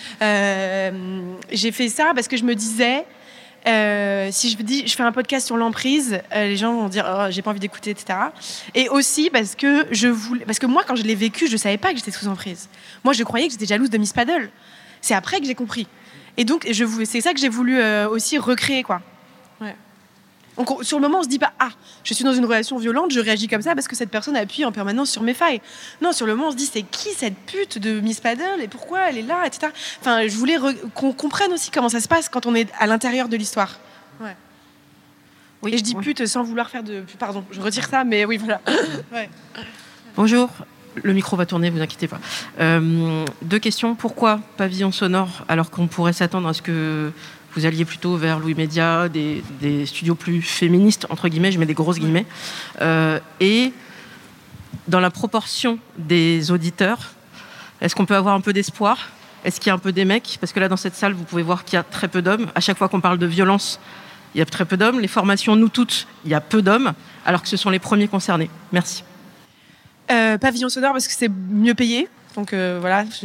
S3: Euh, j'ai fait ça parce que je me disais euh, si je me dis je fais un podcast sur l'emprise, euh, les gens vont dire oh, j'ai pas envie d'écouter, et cetera. Et aussi parce que je voulais, parce que moi quand je l'ai vécu, je savais pas que j'étais sous emprise. Moi je croyais que j'étais jalouse de Miss Paddle. C'est après que j'ai compris. Et donc je voulais, c'est ça que j'ai voulu euh, aussi recréer quoi. Ouais. Donc, sur le moment, on se dit pas ah, je suis dans une relation violente, je réagis comme ça parce que cette personne appuie en permanence sur mes failles. Non, sur le moment, on se dit c'est qui cette pute de Miss Paddle et pourquoi elle est là, et cetera. Enfin, je voulais re- qu'on comprenne aussi comment ça se passe quand on est à l'intérieur de l'histoire. Ouais. Oui. Et je dis oui. Pute sans vouloir faire de, pardon, je retire ça, mais oui voilà. Ouais.
S8: Bonjour. Le micro va tourner, vous inquiétez pas. Euh, deux questions. Pourquoi pavillon sonore alors qu'on pourrait s'attendre à ce que vous alliez plutôt vers Louis Média, des, des studios plus féministes, entre guillemets, je mets des grosses guillemets. Euh, et dans la proportion des auditeurs, est-ce qu'on peut avoir un peu d'espoir? Est-ce qu'il y a un peu des mecs? Parce que là, dans cette salle, vous pouvez voir qu'il y a très peu d'hommes. À chaque fois qu'on parle de violence, il y a très peu d'hommes. Les formations, nous toutes, il y a peu d'hommes, alors que ce sont les premiers concernés. Merci.
S3: Euh, pavillon sonore parce que c'est mieux payé. Donc euh, voilà. Je...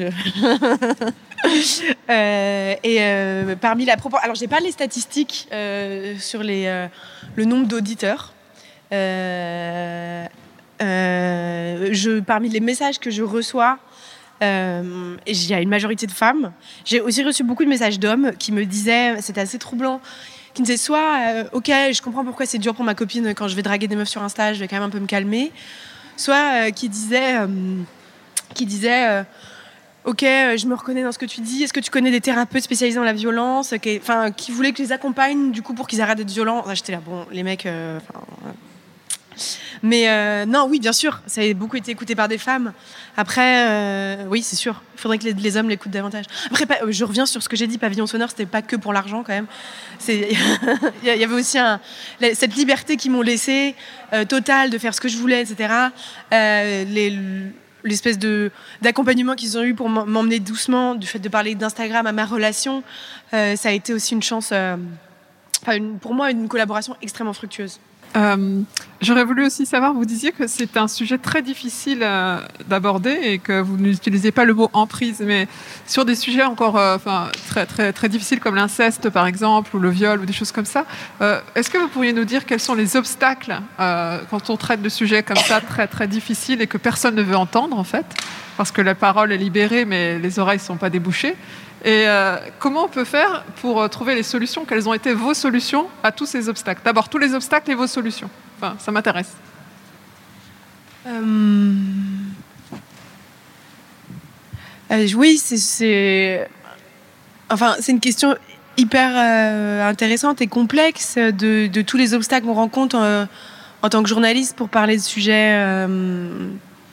S3: euh, et euh, parmi la proportion, alors j'ai pas les statistiques euh, sur les euh, le nombre d'auditeurs. Euh, euh, je parmi les messages que je reçois, euh, il y a une majorité de femmes. J'ai aussi reçu beaucoup de messages d'hommes qui me disaient, c'était assez troublant, qui me disaient soit euh, ok, je comprends pourquoi c'est dur pour ma copine quand je vais draguer des meufs sur Insta, je vais quand même un peu me calmer. Soit euh, qui disaient euh, qui disait euh, ok, euh, je me reconnais dans ce que tu dis, est-ce que tu connais des thérapeutes spécialisés dans la violence, qui, enfin, qui voulaient que je les accompagne du coup pour qu'ils arrêtent d'être violents. Enfin, j'étais là, bon, les mecs euh, ouais. Mais euh, non, oui, bien sûr, ça a beaucoup été écouté par des femmes. Après, euh, oui, c'est sûr, il faudrait que les, les hommes l'écoutent davantage. Après, je reviens sur ce que j'ai dit, pavillon sonore, c'était pas que pour l'argent quand même. Il y avait aussi un, cette liberté qu'ils m'ont laissée, euh, totale, de faire ce que je voulais, et cetera. Euh, les, l'espèce de, d'accompagnement qu'ils ont eu pour m'emmener doucement, du fait de parler d'Instagram à ma relation, euh, ça a été aussi une chance, euh, enfin une, pour moi, une collaboration extrêmement fructueuse.
S5: Euh, j'aurais voulu aussi savoir, vous disiez que c'est un sujet très difficile euh, d'aborder et que vous n'utilisiez pas le mot emprise, mais sur des sujets encore euh, enfin, très, très, très difficiles comme l'inceste par exemple, ou le viol, ou des choses comme ça, euh, est-ce que vous pourriez nous dire quels sont les obstacles euh, quand on traite de sujets comme ça très, très difficiles et que personne ne veut entendre en fait, parce que la parole est libérée mais les oreilles ne sont pas débouchées? Et euh, comment on peut faire pour euh, trouver les solutions? Quelles ont été vos solutions à tous ces obstacles? D'abord, tous les obstacles et vos solutions. Enfin, ça m'intéresse.
S3: Euh... Euh, oui, c'est, c'est... Enfin, c'est une question hyper euh, intéressante et complexe de, de tous les obstacles qu'on rencontre euh, en tant que journaliste pour parler de sujets, euh,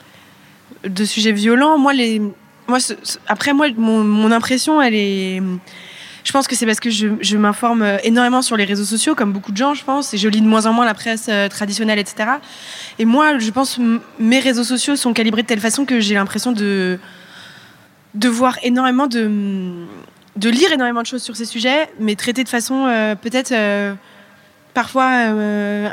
S3: de sujets violents. Moi, les, moi, ce, ce, après, moi, mon, mon impression, elle est... Je pense que c'est parce que je, je m'informe énormément sur les réseaux sociaux, comme beaucoup de gens, je pense, et je lis de moins en moins la presse euh, traditionnelle, et cetera. Et moi, je pense que m- mes réseaux sociaux sont calibrés de telle façon que j'ai l'impression de, de voir énormément de... de lire énormément de choses sur ces sujets, mais traités de façon euh, peut-être euh, parfois euh,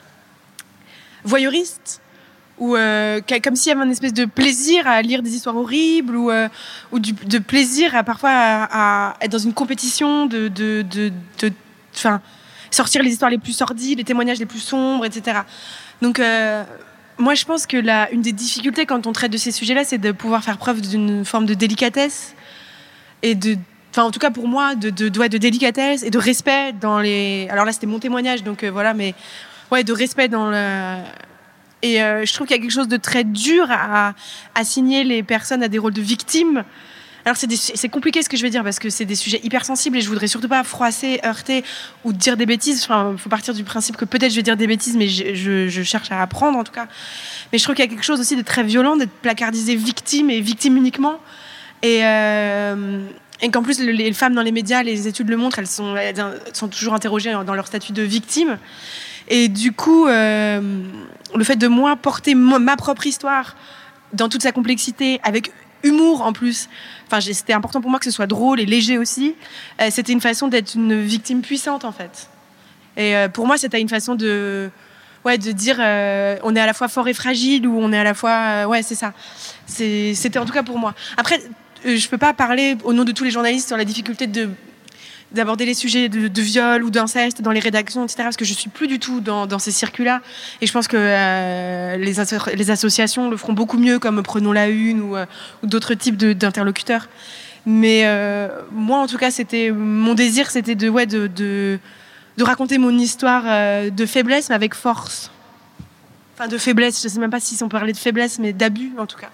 S3: voyeuriste, ou euh, comme s'il y avait une espèce de plaisir à lire des histoires horribles, ou, euh, ou du, de plaisir à parfois à, à être dans une compétition de, de, de, de, enfin, sortir les histoires les plus sordides, les témoignages les plus sombres, et cetera. Donc euh, moi je pense que la, une des difficultés quand on traite de ces sujets-là, c'est de pouvoir faire preuve d'une forme de délicatesse et de Enfin, en tout cas, pour moi, de, de, de, de délicatesse et de respect dans les... Alors là, c'était mon témoignage, donc euh, voilà, mais ouais, de respect dans le... Et euh, je trouve qu'il y a quelque chose de très dur à assigner les personnes à des rôles de victimes. Alors, c'est, des, c'est compliqué ce que je vais dire, parce que c'est des sujets hyper sensibles et je voudrais surtout pas froisser, heurter ou dire des bêtises. Enfin, il faut partir du principe que peut-être je vais dire des bêtises, mais je, je, je cherche à apprendre, en tout cas. Mais je trouve qu'il y a quelque chose aussi de très violent d'être placardisé victime et victime uniquement. Et... Euh, Et qu'en plus, les femmes dans les médias, les études le montrent, elles sont, elles sont toujours interrogées dans leur statut de victime. Et du coup, euh, le fait de moi porter ma propre histoire dans toute sa complexité, avec humour en plus, enfin, c'était important pour moi que ce soit drôle et léger aussi, euh, c'était une façon d'être une victime puissante, en fait. Et euh, pour moi, c'était une façon de... Ouais, de dire euh, on est à la fois fort et fragile, ou on est à la fois... Euh, ouais, c'est ça. C'est, c'était en tout cas pour moi. Après... Je ne peux pas parler au nom de tous les journalistes sur la difficulté de, d'aborder les sujets de, de viol ou d'inceste dans les rédactions, et cetera, parce que je ne suis plus du tout dans, dans ces circuits-là. Et je pense que euh, les, asso- les associations le feront beaucoup mieux, comme Prenons la Une ou, euh, ou d'autres types de, d'interlocuteurs. Mais euh, moi, en tout cas, c'était, mon désir, c'était de, ouais, de, de, de raconter mon histoire euh, de faiblesse, mais avec force. Enfin, de faiblesse, je ne sais même pas si on parlait de faiblesse, mais d'abus, en tout cas.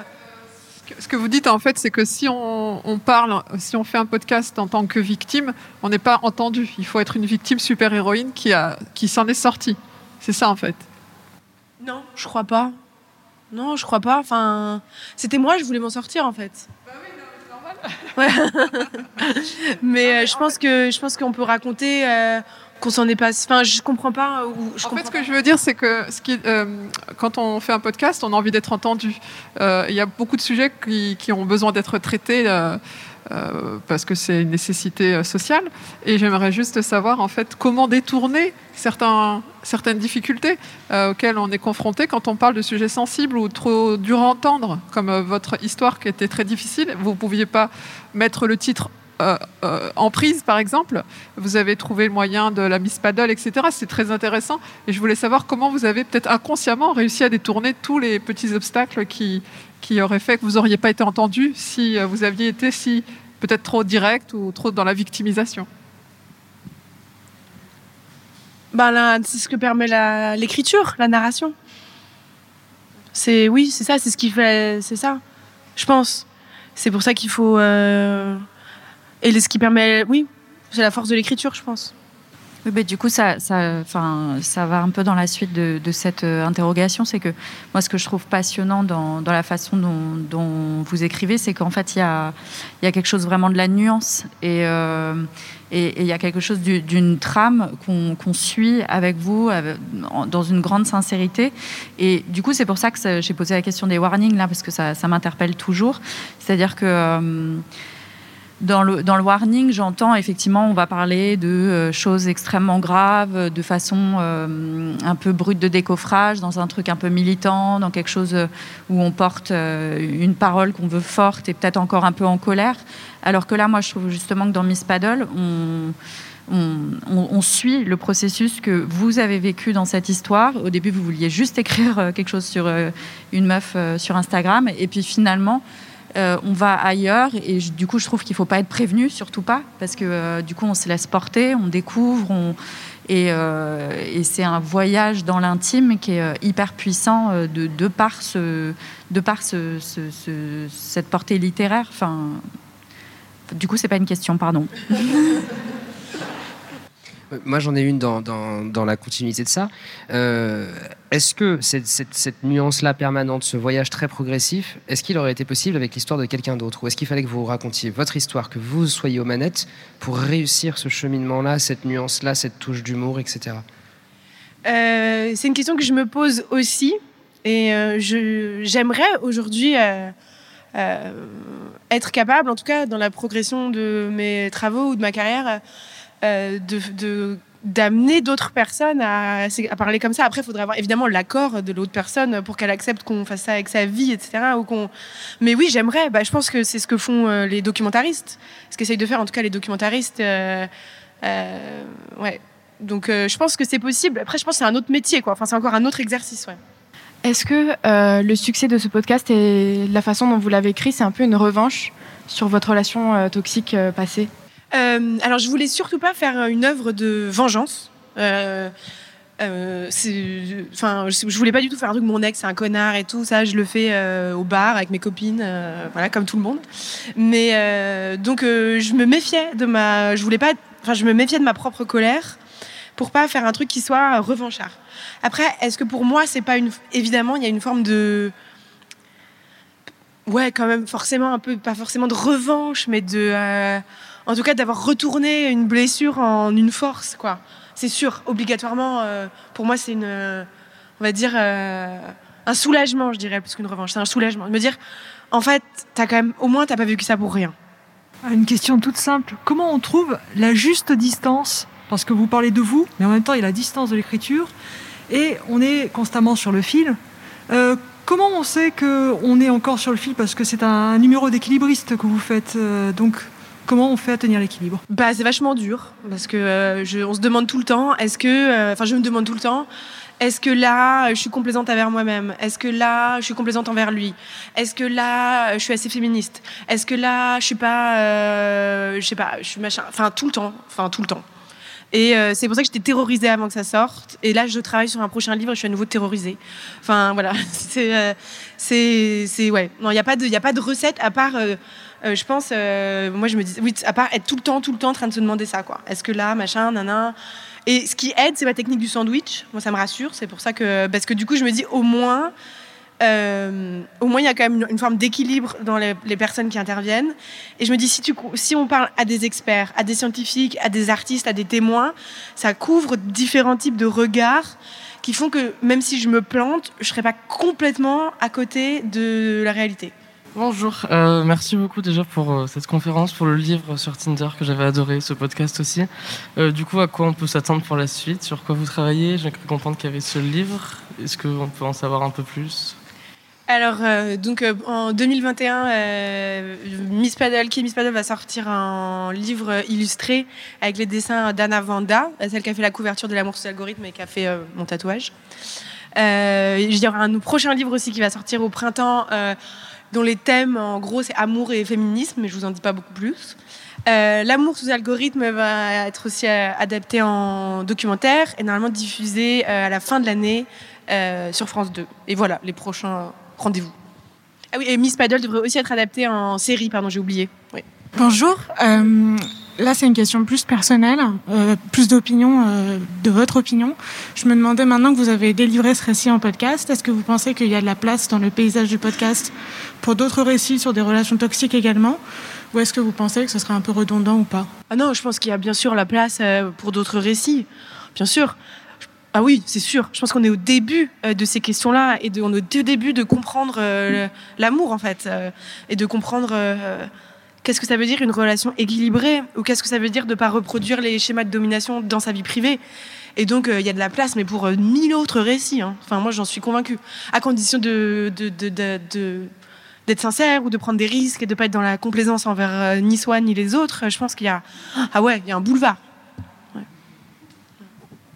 S5: Ce que vous dites, en fait, c'est que si on, on parle, si on fait un podcast en tant que victime, on n'est pas entendu. Il faut être une victime super-héroïne qui, a, qui s'en est sortie. C'est ça, en fait.
S3: Non, je crois pas. Non, je crois pas. Enfin, c'était moi, je voulais m'en sortir, en fait.
S5: Bah oui, non, c'est
S3: normal. Ouais. Mais euh, je pense que je pense qu'on peut raconter euh, qu'on s'en est pas. Enfin, je comprends pas. Ou je
S5: en
S3: comprends
S5: fait, ce
S3: pas.
S5: que je veux dire, c'est que ce qui, euh, quand on fait un podcast, on a envie d'être entendu. Euh, il y a beaucoup de sujets qui, qui ont besoin d'être traités euh, euh, parce que c'est une nécessité sociale. Et j'aimerais juste savoir, en fait, comment détourner certains, certaines difficultés euh, auxquelles on est confronté quand on parle de sujets sensibles ou trop durs à entendre, comme euh, votre histoire qui était très difficile. Vous ne pouviez pas mettre le titre Euh, euh, emprise, par exemple. Vous avez trouvé le moyen de la Miss Paddle, et cetera. C'est très intéressant. Et je voulais savoir comment vous avez peut-être inconsciemment réussi à détourner tous les petits obstacles qui, qui auraient fait que vous n'auriez pas été entendu si vous aviez été si peut-être trop direct ou trop dans la victimisation.
S3: Ben là, c'est ce que permet la, l'écriture, la narration. C'est, oui, c'est ça, c'est ce qui fait... C'est ça, je pense. C'est pour ça qu'il faut... Euh... Et ce qui permet, oui, c'est la force de l'écriture, je pense.
S9: Oui, bah, du coup, ça, ça, ça va un peu dans la suite de, de cette euh, interrogation. C'est que moi, ce que je trouve passionnant dans, dans la façon dont, dont vous écrivez, c'est qu'en fait, il y a, y a quelque chose vraiment de la nuance. Et euh, il y a quelque chose du, d'une trame qu'on, qu'on suit avec vous, avec, dans une grande sincérité. Et du coup, c'est pour ça que ça, j'ai posé la question des warnings, là, parce que ça, ça m'interpelle toujours. C'est-à-dire que... Euh, Dans le, dans le warning, j'entends effectivement, on va parler de euh, choses extrêmement graves, de façon euh, un peu brute de décoffrage, dans un truc un peu militant, dans quelque chose où on porte euh, une parole qu'on veut forte et peut-être encore un peu en colère. Alors que là, moi, je trouve justement que dans Miss Paddle, on... On, on, on suit le processus que vous avez vécu dans cette histoire. Au début, vous vouliez juste écrire quelque chose sur une meuf sur Instagram. Et puis finalement, euh, on va ailleurs. Et je, du coup, je trouve qu'il ne faut pas être prévenu, surtout pas, parce que euh, du coup, on se laisse porter, on découvre, on... Et, euh, et c'est un voyage dans l'intime qui est euh, hyper puissant euh, de, de par, ce, de par ce, ce, ce, cette portée littéraire. Enfin, du coup, c'est pas une question, pardon.
S2: Moi, j'en ai une dans, dans, dans la continuité de ça. Euh, est-ce que cette, cette, cette nuance-là permanente, ce voyage très progressif, est-ce qu'il aurait été possible avec l'histoire de quelqu'un d'autre ? Ou est-ce qu'il fallait que vous racontiez votre histoire, que vous soyez aux manettes pour réussir ce cheminement-là, cette nuance-là, cette touche d'humour, et cetera.
S3: Euh, c'est une question que je me pose aussi. Et euh, je, j'aimerais aujourd'hui euh, euh, être capable, en tout cas dans la progression de mes travaux ou de ma carrière, euh, de, de, d'amener d'autres personnes à, à parler comme ça. Après, il faudrait avoir évidemment l'accord de l'autre personne pour qu'elle accepte qu'on fasse ça avec sa vie, et cetera. Ou qu'on... Mais oui, j'aimerais. Bah, je pense que c'est ce que font euh, les documentaristes. Ce qu'essayent de faire, en tout cas, les documentaristes. Euh, euh, ouais. Donc, euh, je pense que c'est possible. Après, je pense que c'est un autre métier, quoi. Enfin, c'est encore un autre exercice, ouais.
S7: Est-ce que euh, le succès de ce podcast et la façon dont vous l'avez écrit, c'est un peu une revanche sur votre relation euh, toxique euh, passée ?
S3: Euh, alors, je voulais surtout pas faire une œuvre de vengeance. Euh, euh, c'est, enfin, je, je voulais pas du tout faire un truc. Mon ex, c'est un connard et tout ça. Je le fais euh, au bar avec mes copines, euh, voilà, comme tout le monde. Mais euh, donc, euh, je me méfiais de ma. Je voulais pas. Enfin, je me méfiais de ma propre colère pour pas faire un truc qui soit revanchard. Après, est-ce que pour moi, c'est pas une. Évidemment, il y a une forme de. Ouais, quand même, forcément un peu, pas forcément de revanche, mais de. Euh... En tout cas, d'avoir retourné une blessure en une force, quoi. C'est sûr, obligatoirement, euh, pour moi, c'est une, euh, on va dire, euh, un soulagement, je dirais, plus qu'une revanche. C'est un soulagement. De me dire, en fait, t'as quand même, au moins, t'as pas vécu ça pour rien.
S10: Une question toute simple. Comment on trouve la juste distance ? Parce que vous parlez de vous, mais en même temps, il y a la distance de l'écriture. Et on est constamment sur le fil. Euh, comment on sait qu'on est encore sur le fil ? Parce que c'est un numéro d'équilibriste que vous faites. Euh, donc... Comment on fait à tenir l'équilibre ?
S3: Bah, c'est vachement dur, parce que euh, je, on se demande tout le temps, est-ce que, enfin, euh, je me demande tout le temps, est-ce que là, je suis complaisante envers moi-même ? Est-ce que là, je suis complaisante envers lui ? Est-ce que là, je suis assez féministe ? Est-ce que là, je suis pas, euh, je sais pas, je suis machin, enfin, tout le temps, enfin, tout le temps. Et euh, c'est pour ça que j'étais terrorisée avant que ça sorte. Et là, je travaille sur un prochain livre et je suis à nouveau terrorisée. Enfin, voilà, c'est, euh, c'est, c'est, ouais. Non, il y a pas de, il y a pas de recette à part. Euh, Euh, je pense, euh, moi je me dis, oui, à part être tout le temps, tout le temps en train de se demander ça, quoi. Est-ce que là, machin, nanan. Et ce qui aide, c'est ma technique du sandwich. Moi, ça me rassure. C'est pour ça que, parce que du coup, je me dis, au moins, euh, au moins, il y a quand même une, une forme d'équilibre dans les, les personnes qui interviennent. Et je me dis, si, tu, si on parle à des experts, à des scientifiques, à des artistes, à des témoins, ça couvre différents types de regards qui font que même si je me plante, je serai pas complètement à côté de la réalité.
S11: Bonjour, euh, merci beaucoup déjà pour euh, cette conférence, pour le livre sur Tinder que j'avais adoré, ce podcast aussi. Euh, du coup, à quoi on peut s'attendre pour la suite ? Sur quoi vous travaillez ? J'ai cru comprendre qu'il y avait ce livre. Est-ce qu'on peut en savoir un peu plus ?
S3: Alors, euh, donc, euh, en deux mille vingt et un, euh, Miss Paddle, qui Miss Paddle va sortir un livre illustré avec les dessins d'Anna Vanda, celle qui a fait la couverture de L'amour sous algorithme et qui a fait euh, mon tatouage. Euh, il y aura un prochain livre aussi qui va sortir au printemps, euh, dont les thèmes, en gros, c'est amour et féminisme, mais je vous en dis pas beaucoup plus. Euh, L'amour sous algorithme va être aussi euh, adapté en documentaire et normalement diffusé euh, à la fin de l'année euh, sur France deux. Et voilà, les prochains rendez-vous. Ah oui, et Miss Paddle devrait aussi être adapté en série, pardon, j'ai oublié. Oui.
S12: Bonjour, euh, là c'est une question plus personnelle, euh, plus d'opinion, euh, de votre opinion. Je me demandais, maintenant que vous avez délivré ce récit en podcast, est-ce que vous pensez qu'il y a de la place dans le paysage du podcast pour d'autres récits sur des relations toxiques également ? Ou est-ce que vous pensez que ce serait un peu redondant ou pas ?
S3: Ah non, je pense qu'il y a bien sûr la place euh, pour d'autres récits, bien sûr. Ah oui, c'est sûr. Je pense qu'on est au début euh, de ces questions-là et de, on est au début de comprendre euh, l'amour en fait, euh, et de comprendre... Euh, Qu'est-ce que ça veut dire une relation équilibrée ? Ou qu'est-ce que ça veut dire de ne pas reproduire les schémas de domination dans sa vie privée ? Et donc, il euh, y a de la place, mais pour euh, mille autres récits. Hein. Enfin, moi, j'en suis convaincue. À condition de, de, de, de, de, d'être sincère ou de prendre des risques et de ne pas être dans la complaisance envers euh, ni soi ni les autres. Je pense qu'il y a... Ah ouais, il y a un boulevard. Ouais.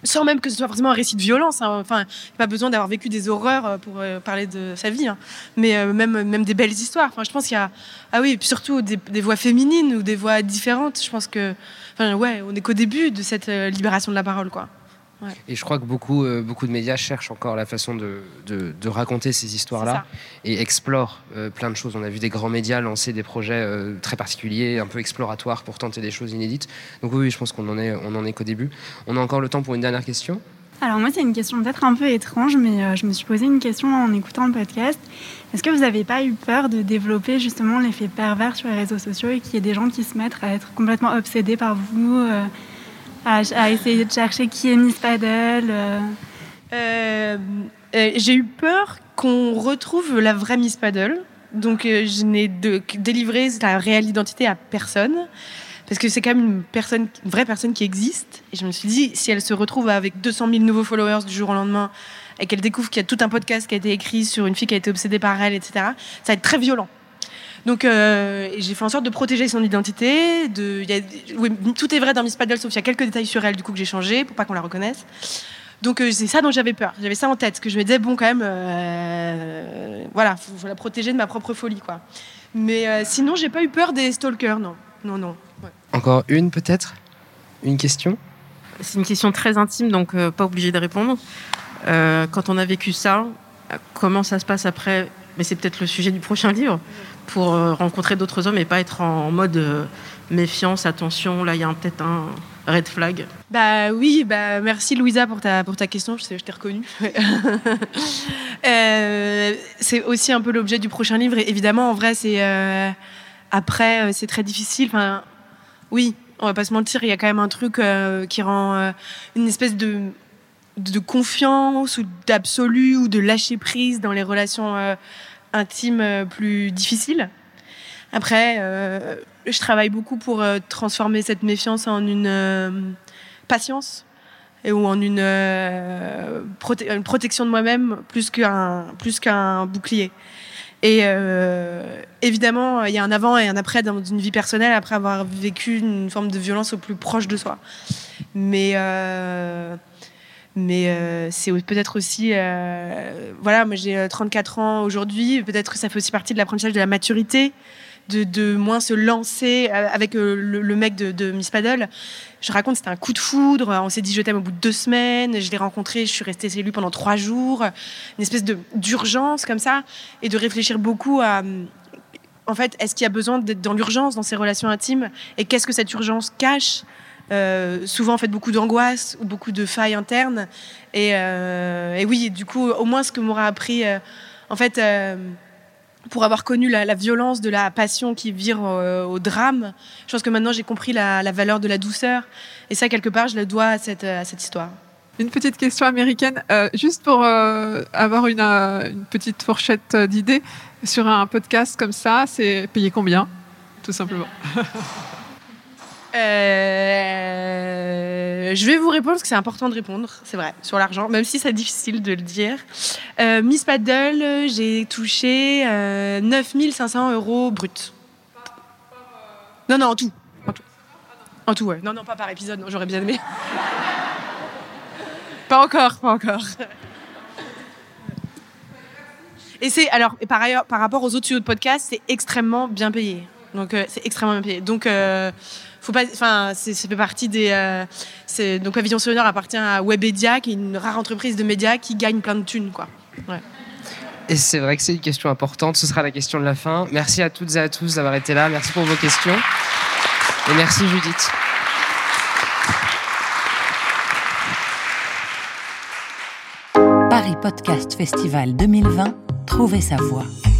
S3: sans même que ce soit forcément un récit de violence. Hein. Enfin, pas besoin d'avoir vécu des horreurs pour euh, parler de sa vie, hein. Mais euh, même, même des belles histoires. Enfin, je pense qu'il y a, ah oui, et puis surtout des, des voix féminines ou des voix différentes. Je pense que, enfin, ouais, on n'est qu'au début de cette euh, libération de la parole, quoi. Ouais.
S2: Et je crois que beaucoup, euh, beaucoup de médias cherchent encore la façon de, de, de raconter ces histoires-là et explorent euh, plein de choses. On a vu des grands médias lancer des projets euh, très particuliers, un peu exploratoires pour tenter des choses inédites. Donc oui, je pense qu'on en est, on en est qu'au début. On a encore le temps pour une dernière question.
S13: Alors moi, c'est une question peut-être un peu étrange, mais euh, je me suis posé une question en écoutant le podcast. Est-ce que vous n'avez pas eu peur de développer justement l'effet pervers sur les réseaux sociaux et qu'il y ait des gens qui se mettent à être complètement obsédés par vous euh, À, à essayer de chercher qui est Miss Paddle euh...
S3: Euh, euh, J'ai eu peur qu'on retrouve la vraie Miss Paddle. Donc, euh, je n'ai de, délivré la réelle identité à personne. Parce que c'est quand même une, personne, une vraie personne qui existe. Et je me suis dit, si elle se retrouve avec deux cent mille nouveaux followers du jour au lendemain et qu'elle découvre qu'il y a tout un podcast qui a été écrit sur une fille qui a été obsédée par elle, et cetera, ça va être très violent. Donc, euh, j'ai fait en sorte de protéger son identité. De, y a, oui, tout est vrai dans Miss Paddle, sauf qu'il y a quelques détails sur elle du coup que j'ai changé pour pas qu'on la reconnaisse. Donc, euh, c'est ça dont j'avais peur. J'avais ça en tête, que je me disais bon quand même, euh, voilà, faut, faut la protéger de ma propre folie, quoi. Mais euh, sinon, j'ai pas eu peur des stalkers, non, non, non. Ouais.
S2: Encore une peut-être, une question.
S8: C'est une question très intime, donc euh, pas obligé de répondre. Euh, quand on a vécu ça, comment ça se passe après? Mais c'est peut-être le sujet du prochain livre, pour euh, rencontrer d'autres hommes et pas être en, en mode euh, méfiance, attention, là il y a peut-être un red flag.
S3: Bah oui, bah merci Louisa pour ta, pour ta question, je, sais, je t'ai reconnue. euh, c'est aussi un peu l'objet du prochain livre, et évidemment en vrai c'est euh, après euh, c'est très difficile, enfin oui, on va pas se mentir, il y a quand même un truc euh, qui rend euh, une espèce de de confiance ou d'absolu ou de lâcher prise dans les relations euh, intimes euh, plus difficiles. Après, euh, je travaille beaucoup pour euh, transformer cette méfiance en une euh, patience et, ou en une, euh, proté- une protection de moi-même plus qu'un, plus qu'un bouclier. Et euh, évidemment, il y a un avant et un après dans une vie personnelle après avoir vécu une forme de violence au plus proche de soi. Mais... Euh, Mais euh, c'est peut-être aussi... Euh, voilà, moi j'ai trente-quatre ans aujourd'hui. Peut-être que ça fait aussi partie de l'apprentissage de la maturité, de, de moins se lancer avec le, le mec de, de Miss Paddle. Je raconte, c'était un coup de foudre. On s'est dit je t'aime au bout de deux semaines. Je l'ai rencontré, je suis restée chez lui pendant trois jours. Une espèce de, d'urgence comme ça. Et de réfléchir beaucoup à... En fait, est-ce qu'il y a besoin d'être dans l'urgence dans ces relations intimes? Et qu'est-ce que cette urgence cache? Euh, souvent en fait beaucoup d'angoisse ou beaucoup de failles internes et, euh, et oui du coup au moins ce que m'aura appris euh, en fait euh, pour avoir connu la, la violence de la passion qui vire euh, au drame, je pense que maintenant j'ai compris la, la valeur de la douceur et ça quelque part je le dois à cette, à cette histoire.
S5: Une petite question américaine, euh, juste pour euh, avoir une, euh, une petite fourchette d'idées sur un podcast comme ça, c'est payer combien tout simplement?
S3: Euh, je vais vous répondre parce que c'est important de répondre, c'est vrai, sur l'argent, même si c'est difficile de le dire. Euh, Miss Paddle, j'ai touché euh, neuf mille cinq cents euros brut. Non, non, en tout. En tout, en tout ouais. Non, non, pas par épisode, non, j'aurais bien aimé. Pas encore, pas encore. Et c'est, alors, et par ailleurs, par rapport aux autres studios de podcast, c'est extrêmement bien payé. Donc, euh, c'est extrêmement bien payé. Donc, euh, faut pas, enfin, ça fait partie des. Euh, c'est, donc, Pavillon Sonore appartient à Webedia, qui est une rare entreprise de médias qui gagne plein de thunes, quoi. Ouais.
S2: Et c'est vrai que c'est une question importante. Ce sera la question de la fin. Merci à toutes et à tous d'avoir été là. Merci pour vos questions. Et merci Judith.
S1: Paris Podcast Festival deux mille vingt, trouvez sa voix.